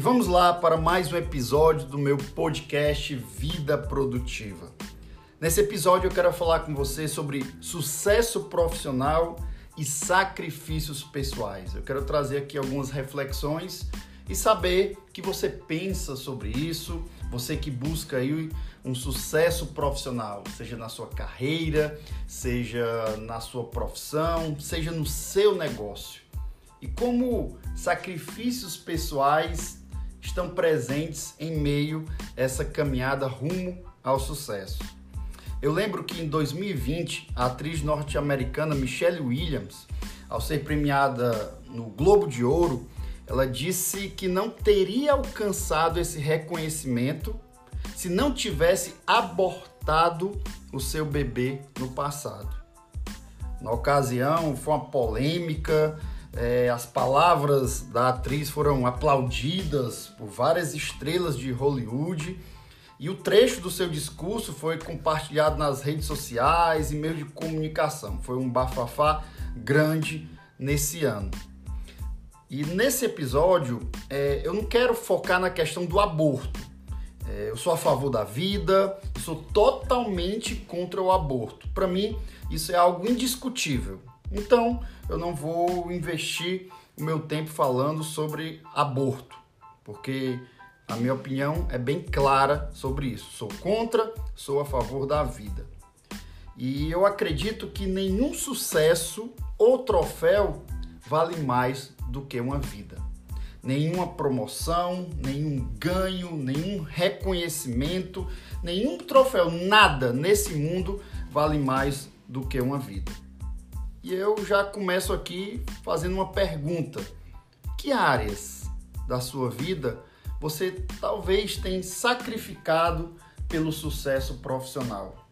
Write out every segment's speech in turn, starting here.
vamos lá para mais um episódio do meu podcast Vida Produtiva. Nesse episódio eu quero falar com você sobre sucesso profissional e sacrifícios pessoais. Eu quero trazer aqui algumas reflexões e saber o que você pensa sobre isso, você que busca aí um sucesso profissional, seja na sua carreira, seja na sua profissão, seja no seu negócio. E como sacrifícios pessoais estão presentes em meio a essa caminhada rumo ao sucesso. Eu lembro que em 2020, a atriz norte-americana Michelle Williams, ao ser premiada no Globo de Ouro, ela disse que não teria alcançado esse reconhecimento se não tivesse abortado o seu bebê no passado. Na ocasião, foi uma polêmica, as palavras da atriz foram aplaudidas por várias estrelas de Hollywood e o trecho do seu discurso foi compartilhado nas redes sociais e meios de comunicação. Foi um bafafá grande nesse ano. E nesse episódio, eu não quero focar na questão do aborto. Eu sou a favor da vida, eu sou totalmente contra o aborto. Para mim, isso é algo indiscutível. Então, eu não vou investir o meu tempo falando sobre aborto, porque a minha opinião é bem clara sobre isso. Sou contra, sou a favor da vida. E eu acredito que nenhum sucesso ou troféu vale mais do que uma vida. Nenhuma promoção, nenhum ganho, nenhum reconhecimento, nenhum troféu, nada nesse mundo vale mais do que uma vida. E eu já começo aqui fazendo uma pergunta. Que áreas da sua vida você talvez tenha sacrificado pelo sucesso profissional?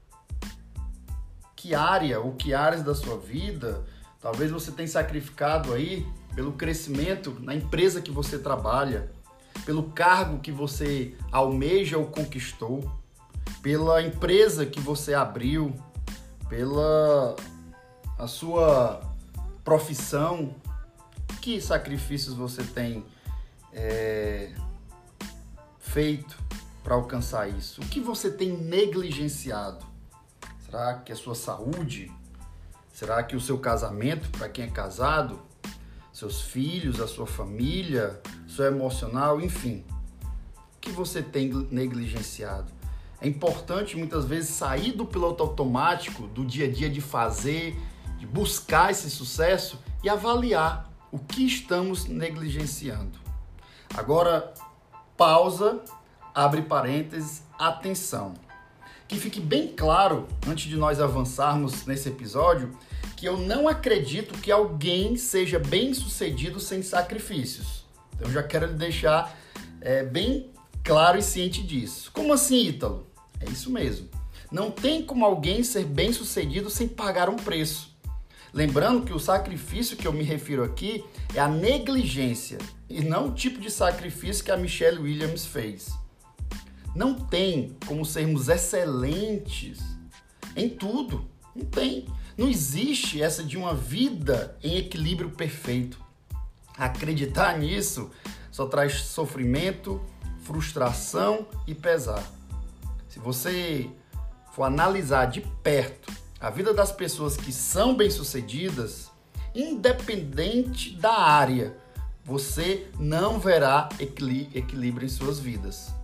Que área ou que áreas da sua vida talvez você tenha sacrificado aí pelo crescimento na empresa que você trabalha, pelo cargo que você almeja ou conquistou, pela empresa que você abriu, pela a sua profissão. Que sacrifícios você tem feito para alcançar isso? O que você tem negligenciado? Será que é a sua saúde? Será que o seu casamento, para quem é casado? Seus filhos, a sua família, seu emocional, enfim. O que você tem negligenciado? É importante muitas vezes sair do piloto automático, do dia a dia de fazer, de buscar esse sucesso e avaliar o que estamos negligenciando. Agora, pausa, abre parênteses, atenção. Que fique bem claro, antes de nós avançarmos nesse episódio, que eu não acredito que alguém seja bem-sucedido sem sacrifícios. Então, eu já quero lhe deixar bem claro e ciente disso. Como assim, Ítalo? É isso mesmo. Não tem como alguém ser bem-sucedido sem pagar um preço. Lembrando que o sacrifício que eu me refiro aqui é a negligência e não o tipo de sacrifício que a Michelle Williams fez. Não tem como sermos excelentes em tudo. Não tem. Não existe essa de uma vida em equilíbrio perfeito. Acreditar nisso só traz sofrimento, frustração e pesar. Se você for analisar de perto a vida das pessoas que são bem-sucedidas, independente da área, você não verá equilíbrio em suas vidas.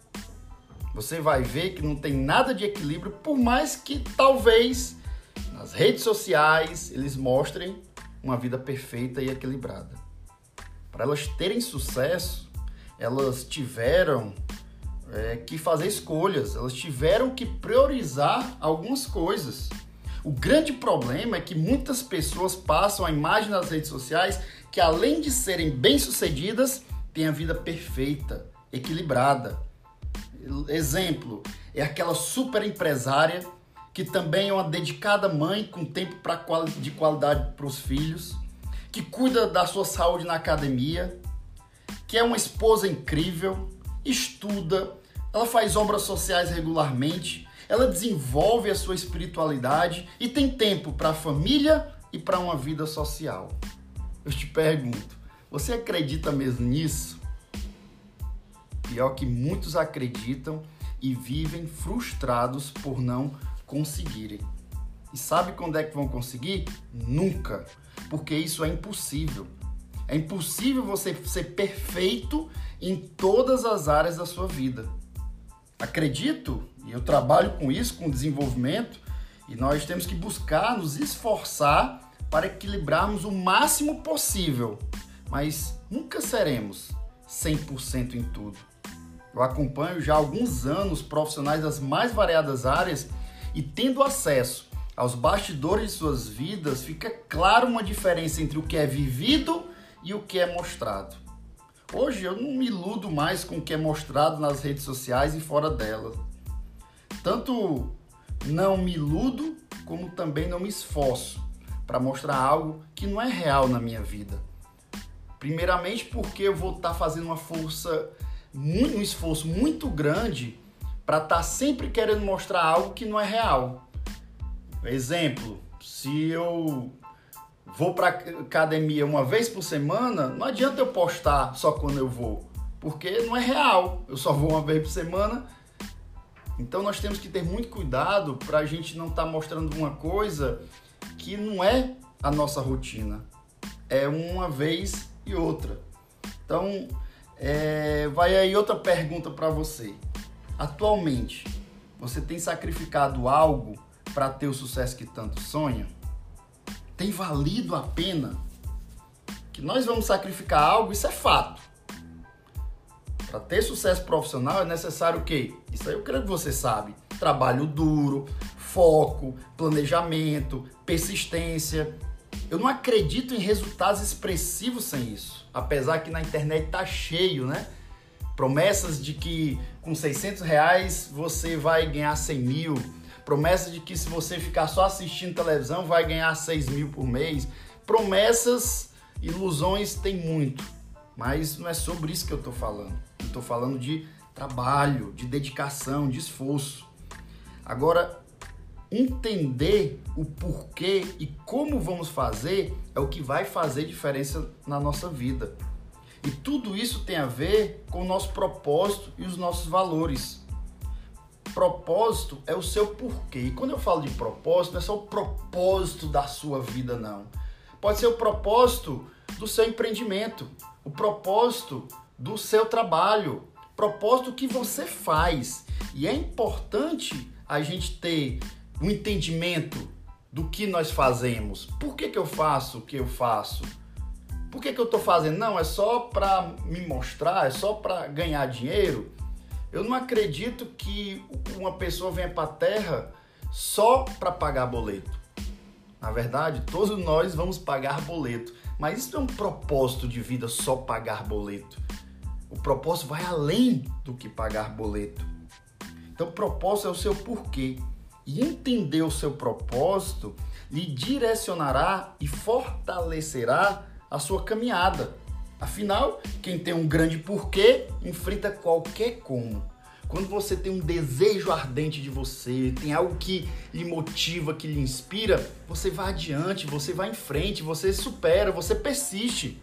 Você vai ver que não tem nada de equilíbrio, por mais que talvez nas redes sociais eles mostrem uma vida perfeita e equilibrada. Para elas terem sucesso, elas tiveram que fazer escolhas, elas tiveram que priorizar algumas coisas. O grande problema é que muitas pessoas passam a imagem nas redes sociais que, além de serem bem-sucedidas, têm a vida perfeita, equilibrada. Exemplo, é aquela super empresária que também é uma dedicada mãe com tempo de qualidade para os filhos, que cuida da sua saúde na academia, que é uma esposa incrível, estuda, ela faz obras sociais regularmente, ela desenvolve a sua espiritualidade e tem tempo para a família e para uma vida social. Eu te pergunto, você acredita mesmo nisso? pior que muitos acreditam e vivem frustrados por não conseguirem. E sabe quando é que vão conseguir? Nunca, porque isso é impossível. É impossível você ser perfeito em todas as áreas da sua vida. Acredito, e eu trabalho com isso, com desenvolvimento, e nós temos que buscar nos esforçar para equilibrarmos o máximo possível, mas nunca seremos 100% em tudo. Eu acompanho já há alguns anos profissionais das mais variadas áreas e tendo acesso aos bastidores de suas vidas, fica claro uma diferença entre o que é vivido e o que é mostrado. Hoje eu não me iludo mais com o que é mostrado nas redes sociais e fora delas. Tanto não me iludo, como também não me esforço para mostrar algo que não é real na minha vida. Primeiramente porque eu vou estar fazendo um esforço muito grande para estar sempre querendo mostrar algo que não é real. Exemplo, se eu vou para academia uma vez por semana, não adianta eu postar só quando eu vou, porque não é real, eu só vou uma vez por semana. Então nós temos que ter muito cuidado para a gente não estar mostrando uma coisa que não é a nossa rotina, é uma vez e outra. Então, vai aí outra pergunta para você. Atualmente, você tem sacrificado algo para ter o sucesso que tanto sonha? Tem valido a pena? Que nós vamos sacrificar algo, isso é fato. Para ter sucesso profissional é necessário o quê? Isso aí eu creio que você sabe. Trabalho duro, foco, planejamento, persistência. Eu não acredito em resultados expressivos sem isso. Apesar que na internet tá cheio, né? Promessas de que com R$600 você vai ganhar 100 mil. Promessas de que se você ficar só assistindo televisão vai ganhar 6 mil por mês. Promessas, ilusões tem muito. Mas não é sobre isso que eu tô falando. Eu tô falando de trabalho, de dedicação, de esforço. Agora, entender o porquê e como vamos fazer é o que vai fazer diferença na nossa vida. E tudo isso tem a ver com o nosso propósito e os nossos valores. Propósito é o seu porquê. E quando eu falo de propósito, não é só o propósito da sua vida, não. Pode ser o propósito do seu empreendimento, o propósito do seu trabalho, o propósito que você faz. E é importante a gente ter um entendimento do que nós fazemos. Por que eu faço o que eu faço? Por que eu estou fazendo? Não, é só para me mostrar, é só para ganhar dinheiro. Eu não acredito que uma pessoa venha para a Terra só para pagar boleto. Na verdade, todos nós vamos pagar boleto. Mas isso não é um propósito de vida só pagar boleto. O propósito vai além do que pagar boleto. Então, o propósito é o seu porquê. E entender o seu propósito lhe direcionará e fortalecerá a sua caminhada. Afinal, quem tem um grande porquê enfrenta qualquer como. Quando você tem um desejo ardente de você, tem algo que lhe motiva, que lhe inspira, você vai adiante, você vai em frente, você supera, você persiste.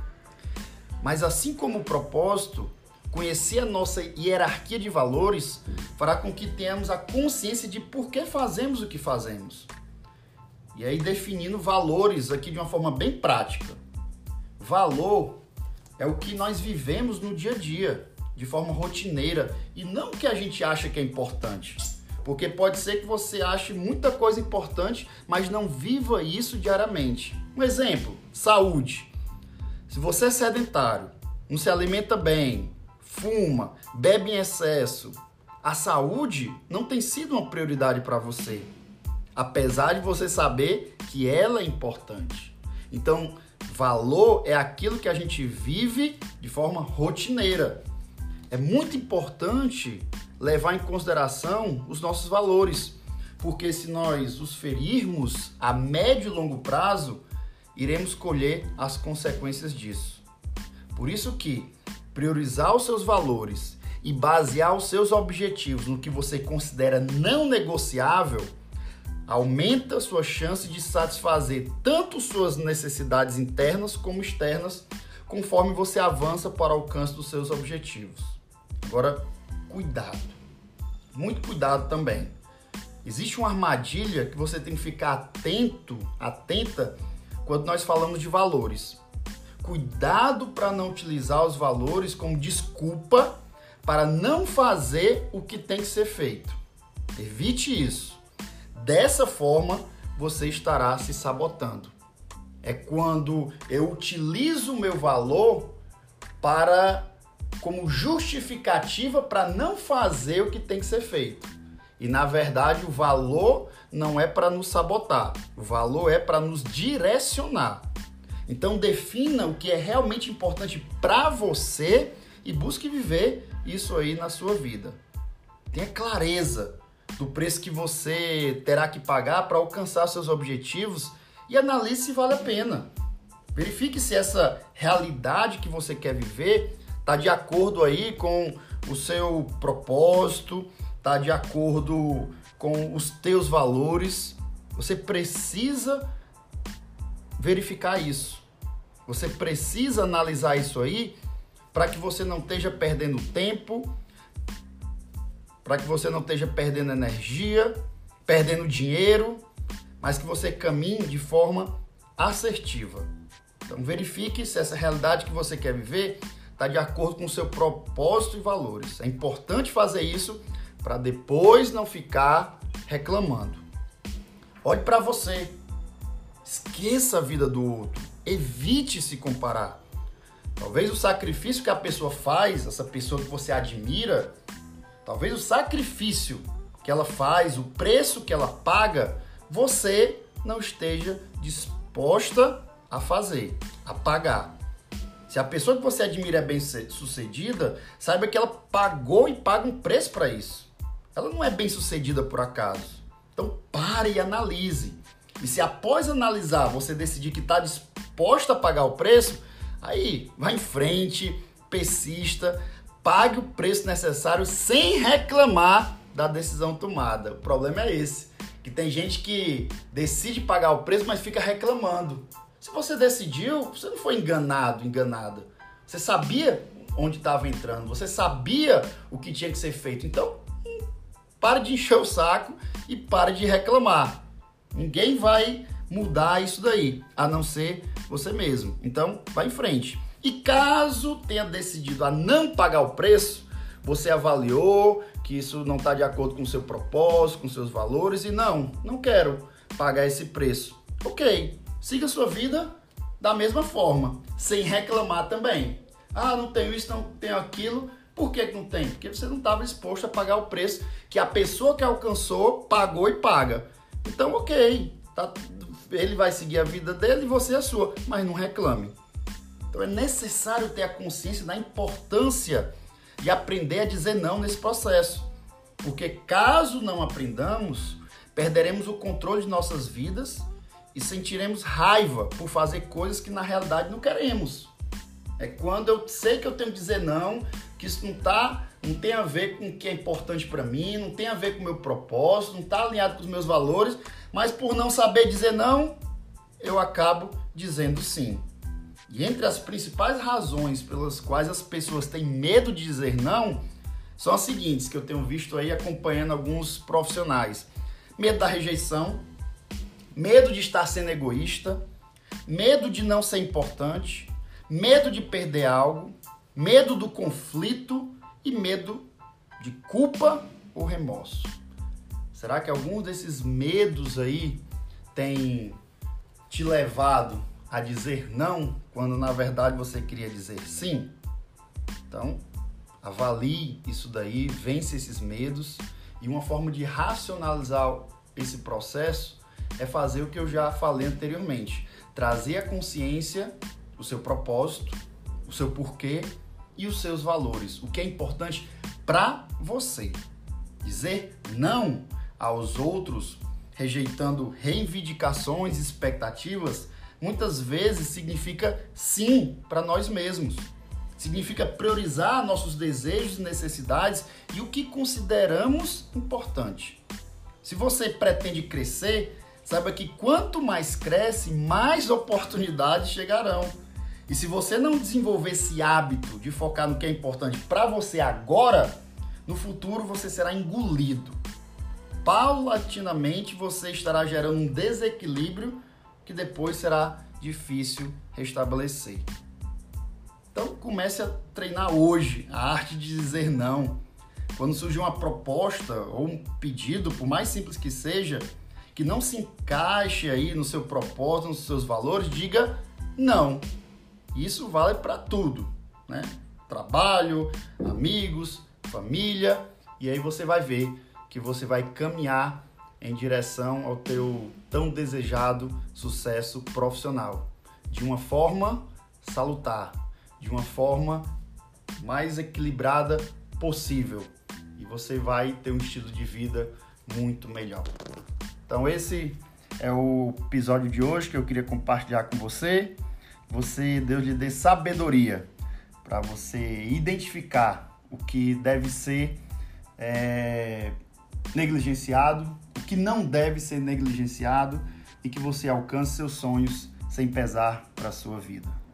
Mas assim como o propósito, conhecer a nossa hierarquia de valores fará com que tenhamos a consciência de por que fazemos o que fazemos. E aí definindo valores aqui de uma forma bem prática. Valor é o que nós vivemos no dia a dia, de forma rotineira, e não o que a gente acha que é importante. Porque pode ser que você ache muita coisa importante, mas não viva isso diariamente. Um exemplo, saúde. Se você é sedentário, não se alimenta bem, fuma, bebe em excesso, a saúde não tem sido uma prioridade para você, apesar de você saber que ela é importante. Então, valor é aquilo que a gente vive de forma rotineira. É muito importante levar em consideração os nossos valores, porque se nós os ferirmos a médio e longo prazo, iremos colher as consequências disso. Por isso que priorizar os seus valores e basear os seus objetivos no que você considera não negociável aumenta a sua chance de satisfazer tanto suas necessidades internas como externas, conforme você avança para o alcance dos seus objetivos. Agora, cuidado. Muito cuidado também. Existe uma armadilha que você tem que ficar atenta, quando nós falamos de valores. Cuidado para não utilizar os valores como desculpa para não fazer o que tem que ser feito. Evite isso. Dessa forma, você estará se sabotando. É quando eu utilizo o meu valor como justificativa para não fazer o que tem que ser feito. E, na verdade, o valor não é para nos sabotar. O valor é para nos direcionar. Então, defina o que é realmente importante para você e busque viver isso aí na sua vida. Tenha clareza do preço que você terá que pagar para alcançar seus objetivos e analise se vale a pena. Verifique se essa realidade que você quer viver está de acordo aí com o seu propósito, está de acordo com os teus valores. Você precisa verificar isso. Você precisa analisar isso aí para que você não esteja perdendo tempo, para que você não esteja perdendo energia, perdendo dinheiro, mas que você caminhe de forma assertiva. Então verifique se essa realidade que você quer viver está de acordo com o seu propósito e valores. É importante fazer isso para depois não ficar reclamando. Olhe para você. Esqueça a vida do outro. Evite se comparar. Talvez o sacrifício que a pessoa faz, essa pessoa que você admira, talvez o sacrifício que ela faz, o preço que ela paga, você não esteja disposta a fazer, a pagar. Se a pessoa que você admira é bem sucedida, saiba que ela pagou e paga um preço para isso. Ela não é bem sucedida por acaso. Então pare e analise. E se após analisar você decidir que está disposta a pagar o preço, aí vai em frente, persista, pague o preço necessário sem reclamar da decisão tomada. O problema é esse, que tem gente que decide pagar o preço, mas fica reclamando. Se você decidiu, você não foi enganado, enganada. Você sabia onde estava entrando, você sabia o que tinha que ser feito. Então, pare de encher o saco e pare de reclamar. Ninguém vai mudar isso daí, a não ser você mesmo. Então, vai em frente. E caso tenha decidido a não pagar o preço, você avaliou que isso não está de acordo com o seu propósito, com seus valores e não quero pagar esse preço. Ok, siga a sua vida da mesma forma, sem reclamar também. Ah, não tenho isso, não tenho aquilo. Por que não tem? Porque você não estava disposto a pagar o preço que a pessoa que alcançou pagou e paga. Então, ok, ele vai seguir a vida dele e você a sua, mas não reclame. Então é necessário ter a consciência da importância de aprender a dizer não nesse processo. Porque caso não aprendamos, perderemos o controle de nossas vidas e sentiremos raiva por fazer coisas que na realidade não queremos. É quando eu sei que eu tenho que dizer não, que isso não tem a ver com o que é importante para mim, não tem a ver com o meu propósito, não está alinhado com os meus valores, mas por não saber dizer não, eu acabo dizendo sim. E entre as principais razões pelas quais as pessoas têm medo de dizer não, são as seguintes, que eu tenho visto aí acompanhando alguns profissionais. Medo da rejeição, medo de estar sendo egoísta, medo de não ser importante, medo de perder algo, medo do conflito e medo de culpa ou remorso. Será que algum desses medos aí tem te levado a dizer não, quando na verdade você queria dizer sim? Então, avalie isso daí, vence esses medos, e uma forma de racionalizar esse processo é fazer o que eu já falei anteriormente, trazer a consciência do seu propósito, o seu porquê e os seus valores, o que é importante para você. Dizer não aos outros, rejeitando reivindicações e expectativas, muitas vezes significa sim para nós mesmos. Significa priorizar nossos desejos e necessidades e o que consideramos importante. Se você pretende crescer, saiba que quanto mais cresce, mais oportunidades chegarão. E se você não desenvolver esse hábito de focar no que é importante para você agora, no futuro você será engolido. Paulatinamente você estará gerando um desequilíbrio que depois será difícil restabelecer. Então comece a treinar hoje a arte de dizer não. Quando surgir uma proposta ou um pedido, por mais simples que seja, que não se encaixe aí no seu propósito, nos seus valores, diga não. Isso vale para tudo, né? Trabalho, amigos, família, e aí você vai ver que você vai caminhar em direção ao teu tão desejado sucesso profissional, de uma forma salutar, de uma forma mais equilibrada possível, e você vai ter um estilo de vida muito melhor. Então esse é o episódio de hoje que eu queria compartilhar com você. Deus lhe dê sabedoria para você identificar o que deve ser negligenciado, o que não deve ser negligenciado e que você alcance seus sonhos sem pesar para a sua vida.